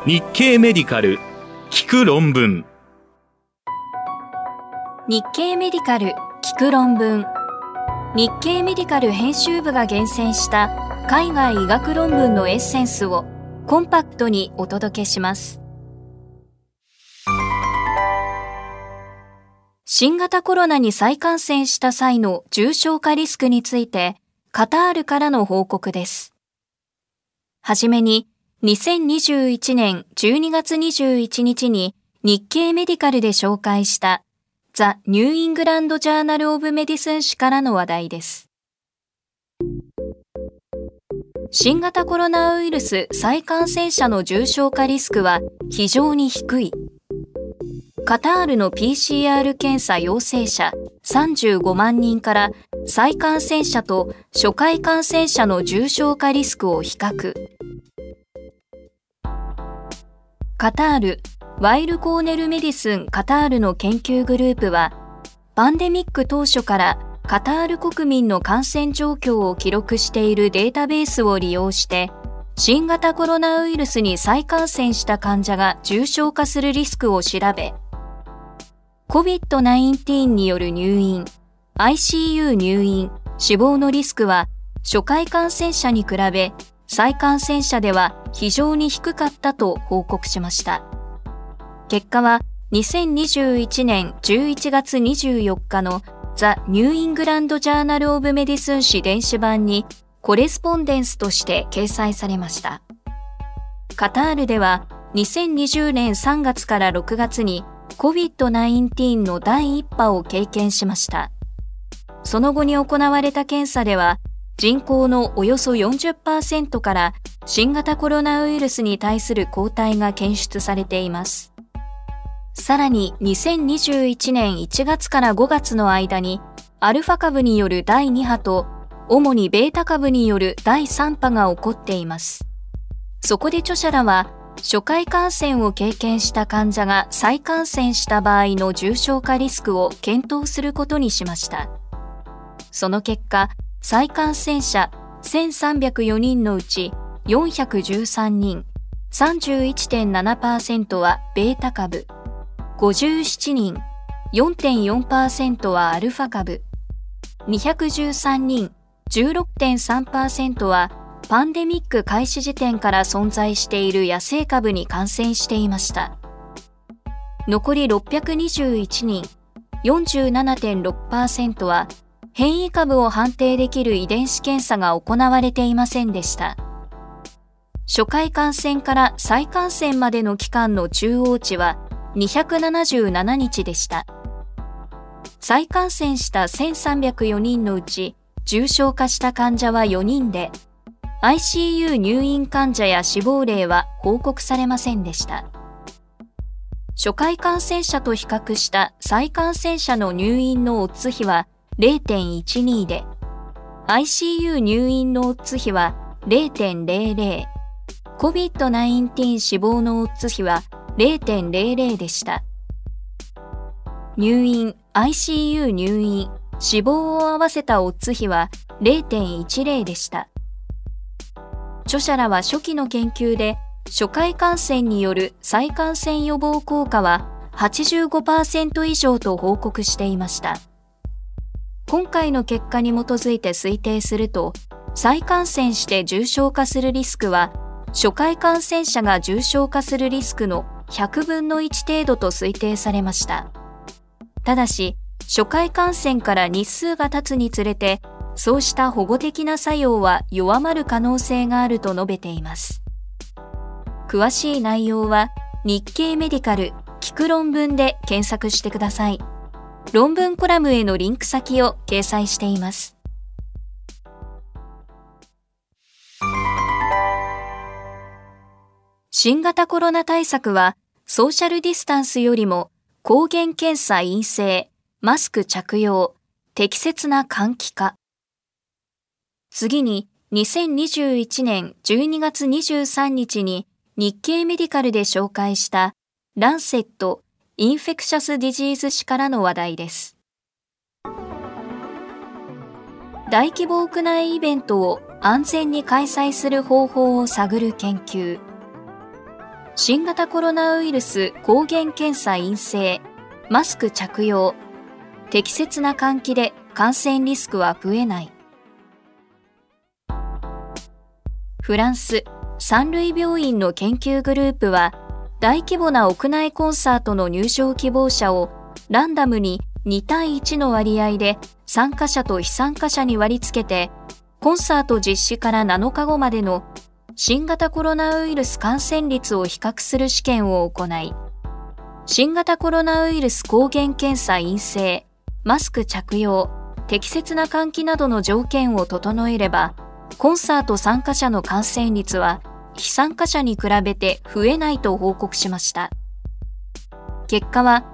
日経メディカル聞く論文。 日経メディカル聞く論文。日経メディカル編集部が厳選した海外医学論文のエッセンスをコンパクトにお届けします。新型コロナに再感染した際の重症化リスクについて、カタールからの報告です。はじめに、2021年12月21日に日経メディカルで紹介したザ・ニューイングランド・ジャーナル・オブ・メディスン誌からの話題です。新型コロナウイルス再感染者の重症化リスクは非常に低い。カタールの PCR 検査陽性者35万人から再感染者と初回感染者の重症化リスクを比較。カタール、ワイル・コーネル・メディスン・カタールの研究グループは、パンデミック当初からカタール国民の感染状況を記録しているデータベースを利用して、新型コロナウイルスに再感染した患者が重症化するリスクを調べ、COVID-19 による入院、ICU 入院、死亡のリスクは初回感染者に比べ再感染者では非常に低かったと報告しました。結果は2021年11月24日のザ・ニューイングランド・ジャーナル・オブ・メディスン誌電子版にコレスポンデンスとして掲載されました。カタールでは2020年3月から6月にCOVID-19 の第1波を経験しました。その後に行われた検査では、人口のおよそ 40% から新型コロナウイルスに対する抗体が検出されています。さらに2021年1月から5月の間に、アルファ株による第2波と、主にベータ株による第3波が起こっています。そこで著者らは、初回感染を経験した患者が再感染した場合の重症化リスクを検討することにしました。その結果、再感染者1304人のうち413人、31.7% はベータ株、57人、4.4% はアルファ株、213人、16.3% はパンデミック開始時点から存在している野生株に感染していました。残り621人、47.6% は変異株を判定できる遺伝子検査が行われていませんでした。初回感染から再感染までの期間の中央値は277日でした。再感染した1304人のうち重症化した患者は4人で、ICU 入院患者や死亡例は報告されませんでした。初回感染者と比較した再感染者の入院のオッズ比は 0.12 で、ICU 入院のオッズ比は 0.00、COVID-19 死亡のオッズ比は 0.00 でした。入院、ICU 入院、死亡を合わせたオッズ比は 0.10 でした。著者らは初期の研究で初回感染による再感染予防効果は 85% 以上と報告していました。今回の結果に基づいて推定すると、再感染して重症化するリスクは初回感染者が重症化するリスクの100分の1程度と推定されました。ただし、初回感染から日数が経つにつれて、そうした保護的な作用は弱まる可能性があると述べています。詳しい内容は日経メディカル聞く論文で検索してください。論文コラムへのリンク先を掲載しています。新型コロナ対策はソーシャルディスタンスよりも抗原検査陰性、マスク着用、適切な換気か。次に2021年12月23日に日経メディカルで紹介したランセット・インフェクシャス・ディジーズ誌からの話題です。大規模屋内イベントを安全に開催する方法を探る研究。 新型コロナウイルス抗原検査陰性、マスク着用、適切な換気で感染リスクは増えない。フランス、サンルイ病院の研究グループは、大規模な屋内コンサートの入場希望者をランダムに2対1の割合で参加者と非参加者に割り付けて、コンサート実施から7日後までの新型コロナウイルス感染率を比較する試験を行い、新型コロナウイルス抗原検査陰性、マスク着用、適切な換気などの条件を整えれば、コンサート参加者の感染率は非参加者に比べて増えないと報告しました。結果は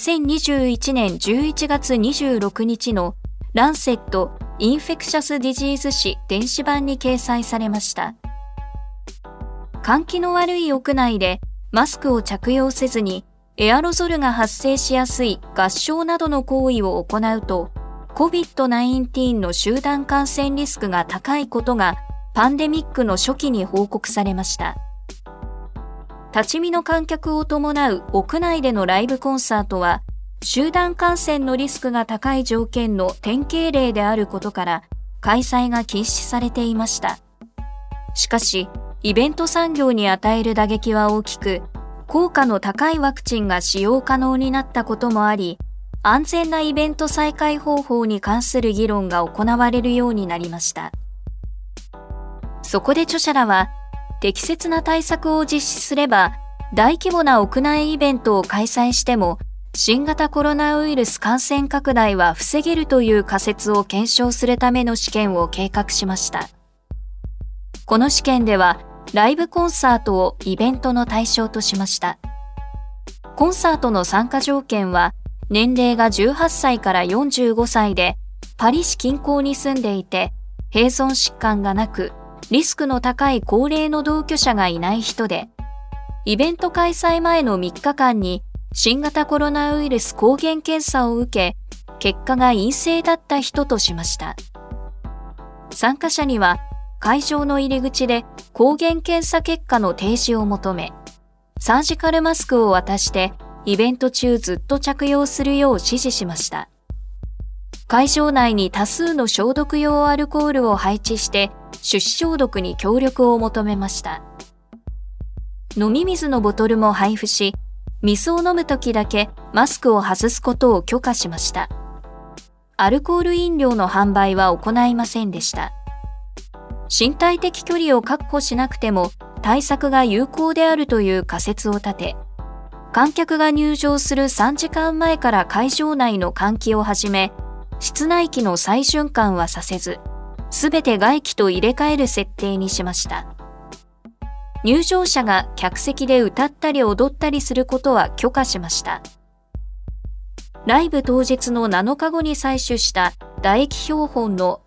2021年11月26日のランセット・インフェクシャス・ディジーズ誌電子版に掲載されました。換気の悪い屋内でマスクを着用せずにエアロゾルが発生しやすい合唱などの行為を行うと、COVID-19 の集団感染リスクが高いことがパンデミックの初期に報告されました。立ち見の観客を伴う屋内でのライブコンサートは、集団感染のリスクが高い条件の典型例であることから開催が禁止されていました。しかし、イベント産業に与える打撃は大きく、効果の高いワクチンが使用可能になったこともあり、安全なイベント再開方法に関する議論が行われるようになりました。そこで著者らは、適切な対策を実施すれば、大規模な屋内イベントを開催しても、新型コロナウイルス感染拡大は防げるという仮説を検証するための試験を計画しました。この試験では、ライブコンサートをイベントの対象としました。コンサートの参加条件は、年齢が18歳から45歳で、パリ市近郊に住んでいて、併存疾患がなく、リスクの高い高齢の同居者がいない人で、イベント開催前の3日間に新型コロナウイルス抗原検査を受け、結果が陰性だった人としました。参加者には会場の入り口で抗原検査結果の提示を求め、サージカルマスクを渡してイベント中ずっと着用するよう指示しました。会場内に多数の消毒用アルコールを配置して手指消毒に協力を求めました。飲み水のボトルも配布し、水を飲むときだけマスクを外すことを許可しました。アルコール飲料の販売は行いませんでした。身体的距離を確保しなくても対策が有効であるという仮説を立て、観客が入場する3時間前から会場内の換気を始め、室内機の再循環はさせず、すべて外気と入れ替える設定にしました。入場者が客席で歌ったり踊ったりすることは許可しました。ライブ当日の7日後に採取した唾液標本の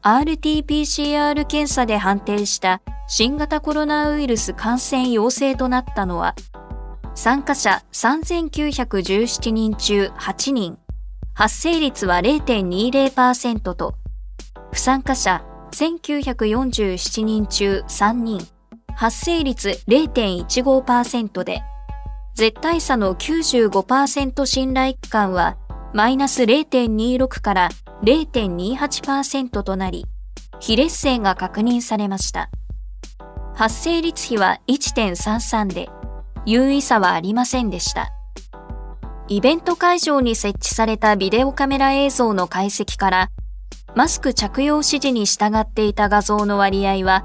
RT-PCR 検査で判定した新型コロナウイルス感染陽性となったのは、参加者3917人中8人、発生率は 0.20% と、不参加者1947人中3人、発生率 0.15% で、絶対差の 95% 信頼区間はマイナス 0.26 から 0.28% となり、非劣勢が確認されました。発生率比は 1.33 で、有意差はありませんでした。イベント会場に設置されたビデオカメラ映像の解析から、マスク着用指示に従っていた画像の割合は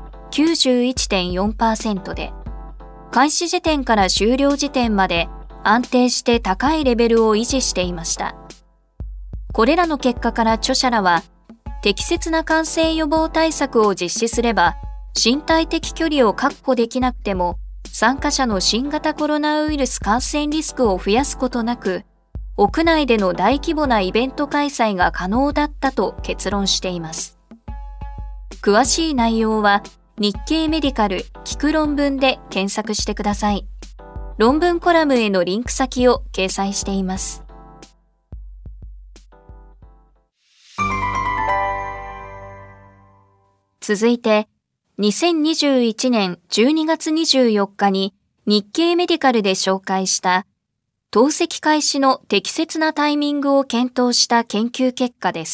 91.4% で、開始時点から終了時点まで安定して高いレベルを維持していました。これらの結果から著者らは、適切な感染予防対策を実施すれば、身体的距離を確保できなくても、参加者の新型コロナウイルス感染リスクを増やすことなく、屋内での大規模なイベント開催が可能だったと結論しています。詳しい内容は日経メディカル聞く論文で検索してください。論文コラムへのリンク先を掲載しています。続いて、2021年12月24日に日経メディカルで紹介した透析開始の適切なタイミングを検討した研究結果です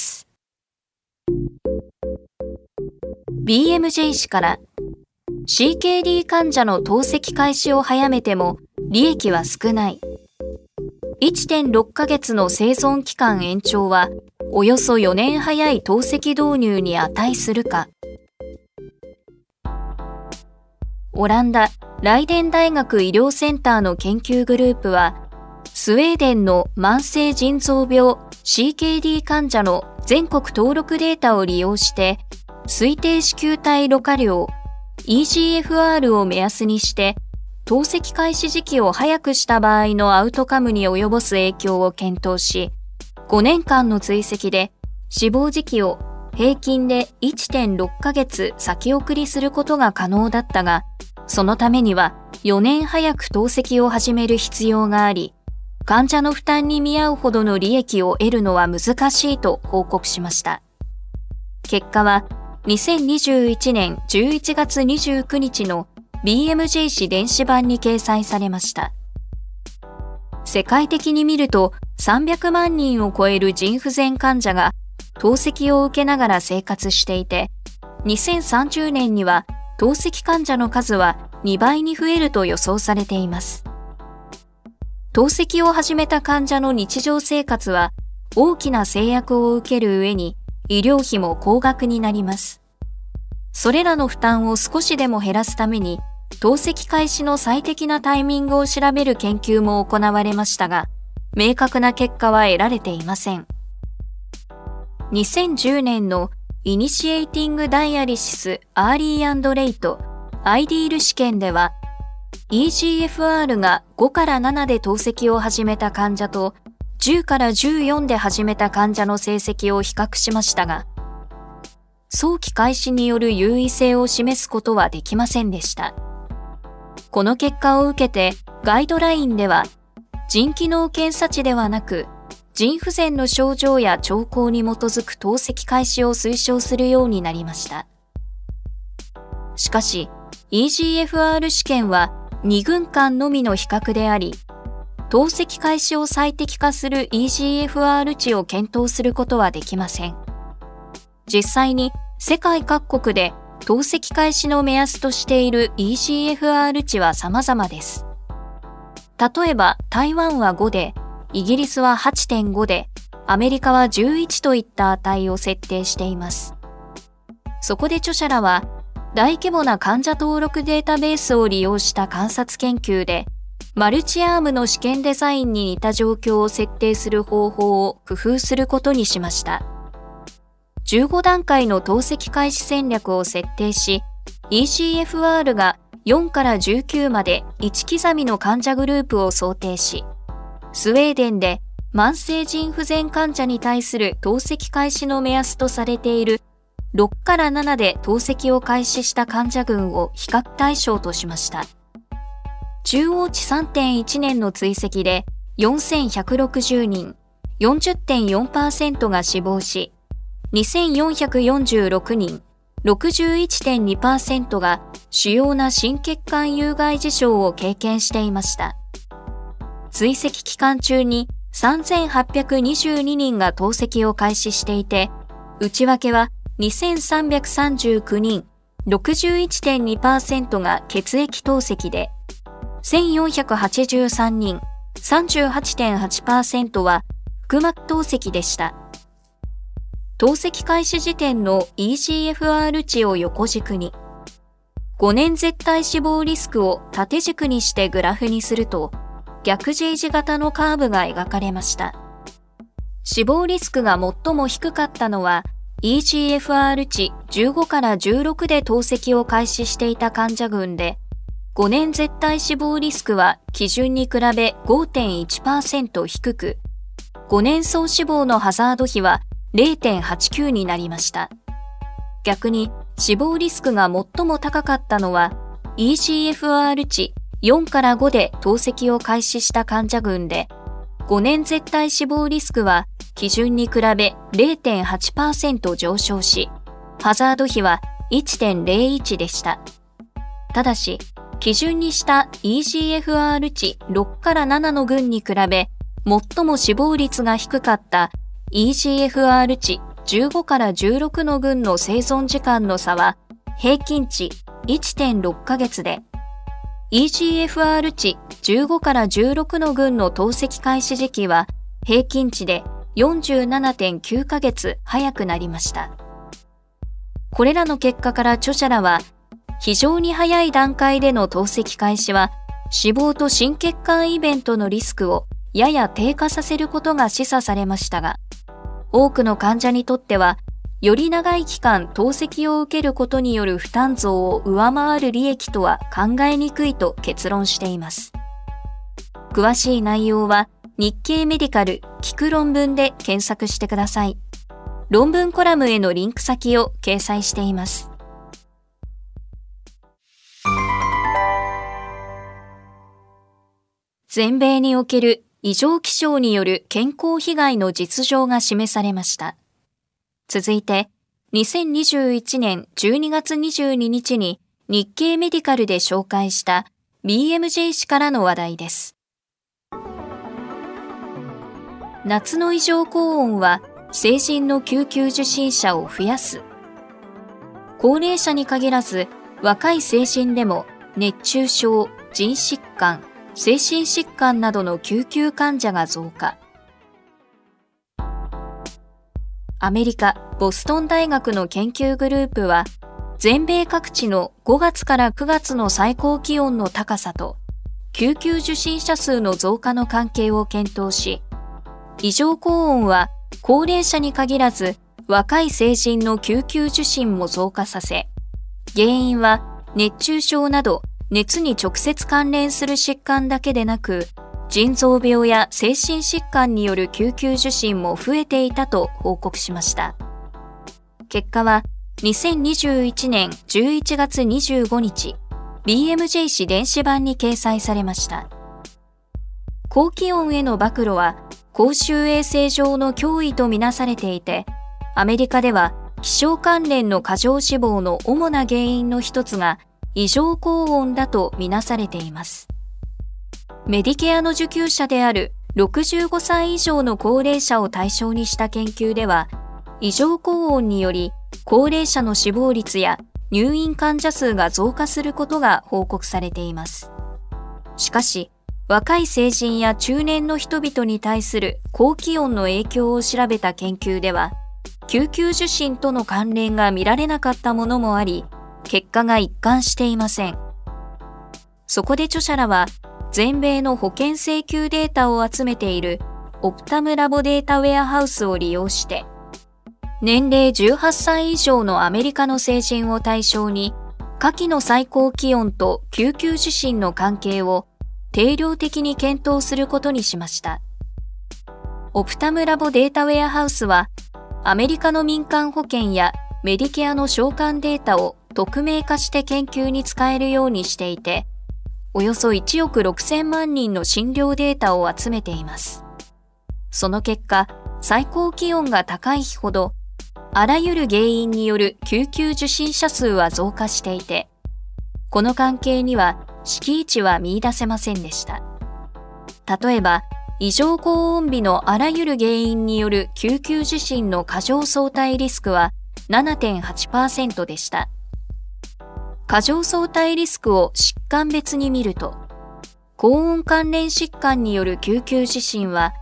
。BMJ 氏から CKD 患者の透析開始を早めても利益は少ない。1.6 ヶ月の生存期間延長はおよそ4年早い透析導入に値するか。オランダライデン大学医療センターの研究グループは、スウェーデンの慢性腎臓病 CKD 患者の全国登録データを利用して、推定子宮体ろ過量 EGFR を目安にして、透析開始時期を早くした場合のアウトカムに及ぼす影響を検討し、5年間の追跡で死亡時期を平均で 1.6 ヶ月先送りすることが可能だったが、そのためには4年早く透析を始める必要があり、患者の負担に見合うほどの利益を得るのは難しいと報告しました。結果は2021年11月29日の BMJ 誌電子版に掲載されました。世界的に見ると300万人を超える腎不全患者が透析を受けながら生活していて、2030年には透析患者の数は2倍に増えると予想されています。透析を始めた患者の日常生活は大きな制約を受ける上に医療費も高額になります。それらの負担を少しでも減らすために、透析開始の最適なタイミングを調べる研究も行われましたが、明確な結果は得られていません。2010年のイニシエイティングダイアリシスアーリー&レイト IDEAL 試験では EGFR が5から7で透析を始めた患者と10から14で始めた患者の成績を比較しましたが、早期開始による優位性を示すことはできませんでした。この結果を受けてガイドラインでは腎機能検査値ではなく腎不全の症状や兆候に基づく透析開始を推奨するようになりました。しかし、EGFR 試験は2群間のみの比較であり、透析開始を最適化する EGFR 値を検討することはできません。実際に世界各国で透析開始の目安としている EGFR 値は様々です。例えば台湾は5で、イギリスは 8.5 で、アメリカは11といった値を設定しています。そこで著者らは、大規模な患者登録データベースを利用した観察研究で、マルチアームの試験デザインに似た状況を設定する方法を工夫することにしました。15段階の透析開始戦略を設定し、EGFR が4から19まで1刻みの患者グループを想定し、スウェーデンで慢性腎不全患者に対する透析開始の目安とされている6から7で透析を開始した患者群を比較対象としました。中央値 3.1 年の追跡で4160人、40.4% が死亡し、2446人、61.2% が主要な心血管有害事象を経験していました。追跡期間中に3822人が透析を開始していて、内訳は2339人、61.2% が血液透析で、1483人、38.8% は腹膜透析でした。透析開始時点の EGFR 値を横軸に、5年絶対死亡リスクを縦軸にしてグラフにすると、逆 J 字型のカーブが描かれました。死亡リスクが最も低かったのは EGFR 値15から16で透析を開始していた患者群で、5年絶対死亡リスクは基準に比べ 5.1% 低く、5年総死亡のハザード比は 0.89 になりました。逆に死亡リスクが最も高かったのは EGFR 値4から5で透析を開始した患者群で、5年絶対死亡リスクは基準に比べ 0.8% 上昇し、ハザード比は 1.01 でした。ただし、 基準にした EGFR 値6から7の群に比べ、最も死亡率が低かった EGFR 値15から16の群の生存時間の差は平均値 1.6 ヶ月で、EGFR 値15から16の群の透析開始時期は平均値で 47.9 ヶ月早くなりました。これらの結果から著者らは、非常に早い段階での透析開始は死亡と心血管イベントのリスクをやや低下させることが示唆されましたが、多くの患者にとっては、より長い期間透析を受けることによる負担増を上回る利益とは考えにくいと結論しています。詳しい内容は日経メディカル聞く論文で検索してください。論文コラムへのリンク先を掲載しています。全米における異常気象による健康被害の実情が示されました。続いて、2021年12月22日に日経メディカルで紹介した BMJ 氏からの話題です。夏の異常高温は成人の救急受診者を増やす。高齢者に限らず、若い成人でも熱中症、腎疾患、精神疾患などの救急患者が増加。アメリカ・ボストン大学の研究グループは、全米各地の5月から9月の最高気温の高さと、救急受診者数の増加の関係を検討し、異常高温は高齢者に限らず、若い成人の救急受診も増加させ、原因は熱中症など、熱に直接関連する疾患だけでなく、腎臓病や精神疾患による救急受診も増えていたと報告しました。結果は2021年11月25日、BMJ 誌電子版に掲載されました。高気温への暴露は公衆衛生上の脅威とみなされていて、アメリカでは気象関連の過剰死亡の主な原因の一つが異常高温だとみなされています。メディケアの受給者である65歳以上の高齢者を対象にした研究では、異常高温により高齢者の死亡率や入院患者数が増加することが報告されています。しかし、若い成人や中年の人々に対する高気温の影響を調べた研究では、救急受診との関連が見られなかったものもあり、結果が一貫していません。そこで著者らは、全米の保険請求データを集めているオプタムラボデータウェアハウスを利用して、年齢18歳以上のアメリカの成人を対象に、夏季の最高気温と救急受診の関係を定量的に検討することにしました。オプタムラボデータウェアハウスは、アメリカの民間保険やメディケアの償還データを匿名化して研究に使えるようにしていて、およそ1億6000万人の診療データを集めています。その結果、最高気温が高い日ほど、あらゆる原因による救急受診者数は増加していて、この関係には式値は見出せませんでした。例えば、異常高温日のあらゆる原因による救急受診の過剰相対リスクは 7.8% でした。過剰相対リスクを疾患別に見ると、高温関連疾患による救急受診は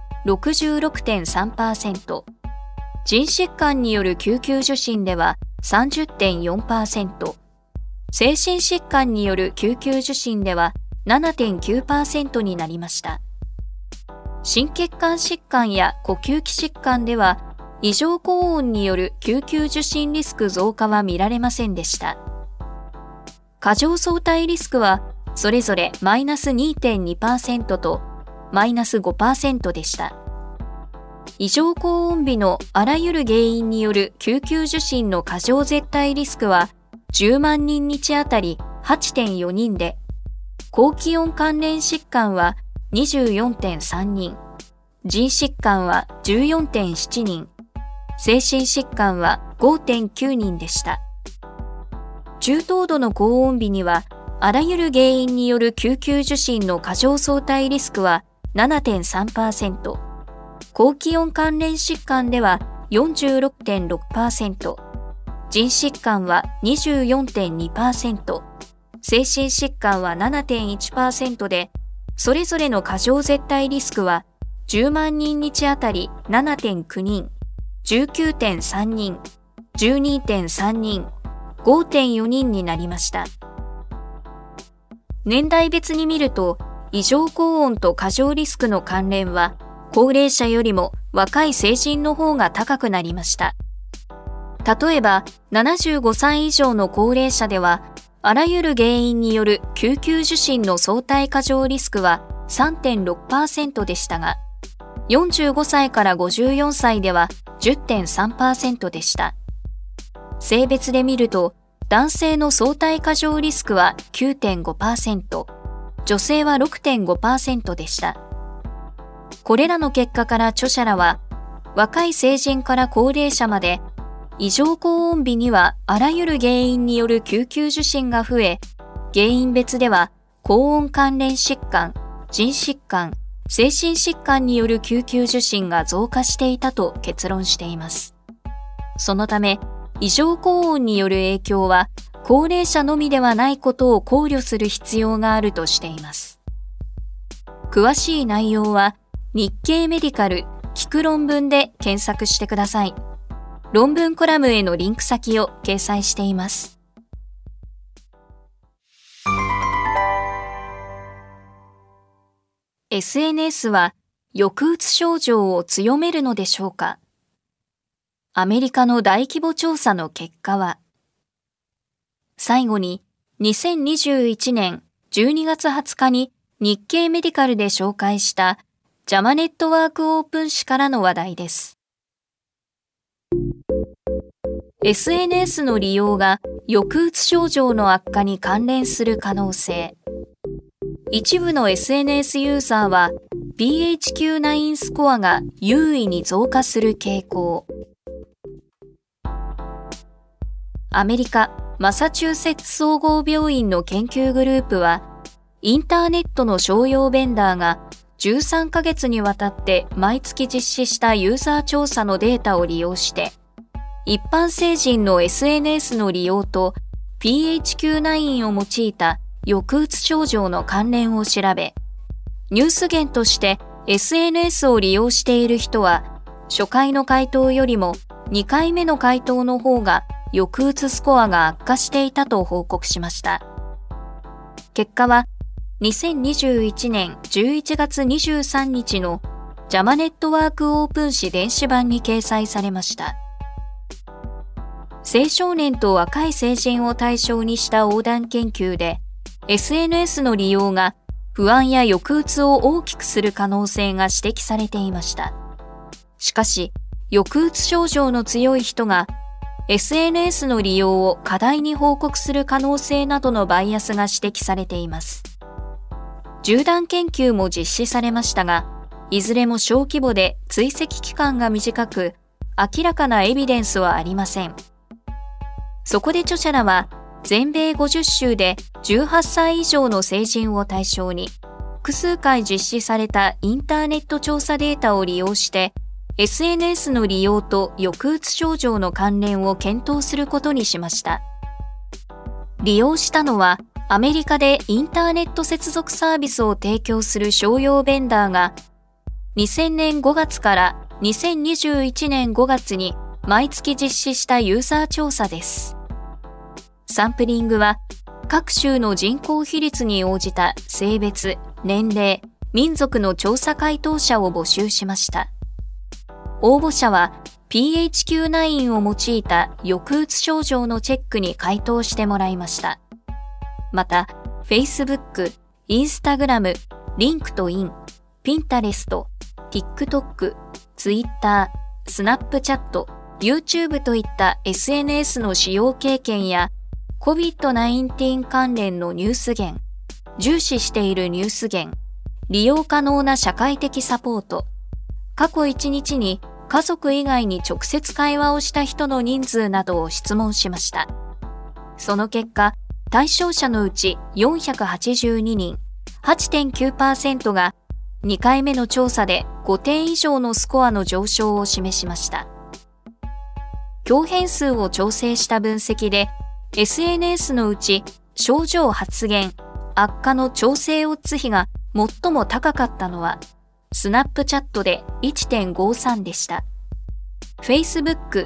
66.3%、腎疾患による救急受診では 30.4%、精神疾患による救急受診では 7.9% になりました。心血管疾患や呼吸器疾患では、異常高温による救急受診リスク増加は見られませんでした。過剰相対リスクは、それぞれマイナス 2.2% とマイナス 5% でした。異常高温日のあらゆる原因による救急受診の過剰絶対リスクは、10万人日あたり 8.4 人で、高気温関連疾患は 24.3 人、腎疾患は 14.7 人、精神疾患は 5.9 人でした。中等度の高温日にはあらゆる原因による救急受診の過剰相対リスクは 7.3%、高気温関連疾患では 46.6%、腎疾患は 24.2%、精神疾患は 7.1% で、それぞれの過剰絶対リスクは10万人日あたり 7.9 人、19.3 人、12.3 人、5.4 人になりました。年代別に見ると、異常高温と過剰リスクの関連は、高齢者よりも若い成人の方が高くなりました。例えば、75歳以上の高齢者では、あらゆる原因による救急受診の相対過剰リスクは 3.6% でしたが、45歳から54歳では 10.3% でした。性別で見ると、男性の相対過剰リスクは 9.5%、女性は 6.5% でした。これらの結果から著者らは、若い成人から高齢者まで、異常高温日にはあらゆる原因による救急受診が増え、原因別では高温関連疾患、腎疾患、精神疾患による救急受診が増加していたと結論しています。そのため、異常高温による影響は高齢者のみではないことを考慮する必要があるとしています。詳しい内容は日経メディカル聞く論文で検索してください。論文コラムへのリンク先を掲載しています。SNS は抑うつ症状を強めるのでしょうか？アメリカの大規模調査の結果は、最後に2021年12月20日に日経メディカルで紹介したジャマネットワークオープン誌からの話題です。SNS の利用が抑うつ症状の悪化に関連する可能性。一部の SNS ユーザーは PHQ-9 スコアが優位に増加する傾向。アメリカ・マサチューセッツ総合病院の研究グループは、インターネットの商用ベンダーが13ヶ月にわたって毎月実施したユーザー調査のデータを利用して、一般成人の SNS の利用と PHQ-9 を用いた抑うつ症状の関連を調べ、ニュース源として SNS を利用している人は、初回の回答よりも2回目の回答の方が抑うつスコアが悪化していたと報告しました。結果は、2021年11月23日のジャマネットワークオープン誌電子版に掲載されました。青少年と若い成人を対象にした横断研究で、SNS の利用が不安や抑うつを大きくする可能性が指摘されていました。しかし、抑うつ症状の強い人がSNS の利用を過大に報告する可能性などのバイアスが指摘されています。縦断研究も実施されましたが、いずれも小規模で追跡期間が短く、明らかなエビデンスはありません。そこで著者らは、全米50州で18歳以上の成人を対象に、複数回実施されたインターネット調査データを利用して、SNS の利用と抑うつ症状の関連を検討することにしました。利用したのは、アメリカでインターネット接続サービスを提供する商用ベンダーが、2000年5月から2021年5月に毎月実施したユーザー調査です。サンプリングは、各州の人口比率に応じた性別、年齢、民族の調査回答者を募集しました。応募者は PHQ-9 を用いた抑うつ症状のチェックに回答してもらいました。また、Facebook、Instagram、LinkedIn、Pinterest、TikTok、Twitter、Snapchat、YouTube といった SNS の使用経験や COVID-19 関連のニュース源、重視しているニュース源、利用可能な社会的サポート、過去1日に家族以外に直接会話をした人の人数などを質問しました。その結果、 対象者のうち482人、8.9% が2回目の調査で5点以上のスコアの上昇を示しました。強変数を調整した分析で、SNS のうち症状発現、悪化の調整オッズ比が最も高かったのは、スナップチャットで 1.53 でした。Facebook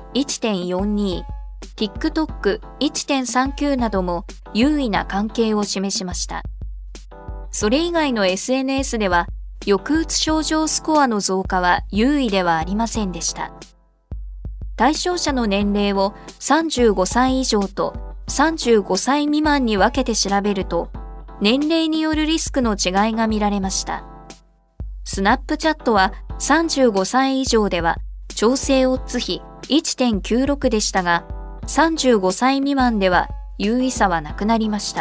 1.42、TikTok 1.39 なども優位な関係を示しました。それ以外の SNS では、抑うつ症状スコアの増加は優位ではありませんでした。対象者の年齢を35歳以上と35歳未満に分けて調べると、年齢によるリスクの違いが見られました。スナップチャットは35歳以上では調整オッズ比 1.96 でしたが、35歳未満では優位差はなくなりました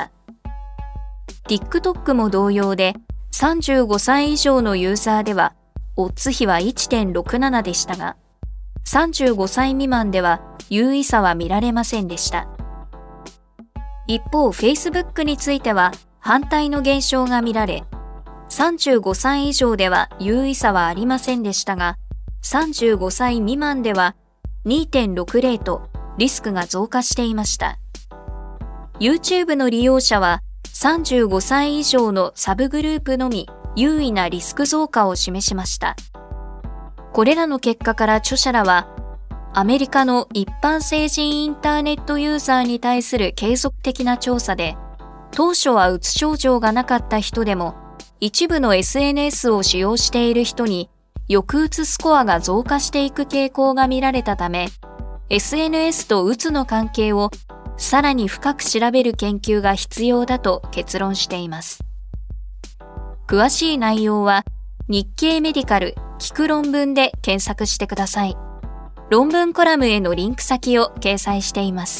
。TikTok も同様で、35歳以上のユーザーではオッズ比は 1.67 でしたが、35歳未満では優位差は見られませんでした。一方、Facebook については反対の現象が見られ、35歳以上では優位差はありませんでしたが、35歳未満では 2.60 とリスクが増加していました。YouTube の利用者は35歳以上のサブグループのみ優位なリスク増加を示しました。これらの結果から著者らは、アメリカの一般成人インターネットユーザーに対する継続的な調査で、当初はうつ症状がなかった人でも、一部の SNS を使用している人に抑うつスコアが増加していく傾向が見られたため、SNS とうつの関係をさらに深く調べる研究が必要だと結論しています。詳しい内容は日経メディカル聞く論文で検索してください。論文コラムへのリンク先を掲載しています。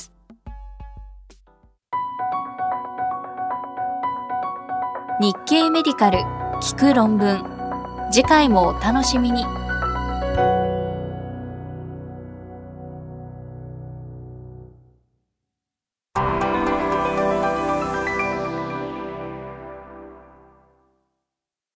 日経メディカル聞く論文。次回もお楽しみに。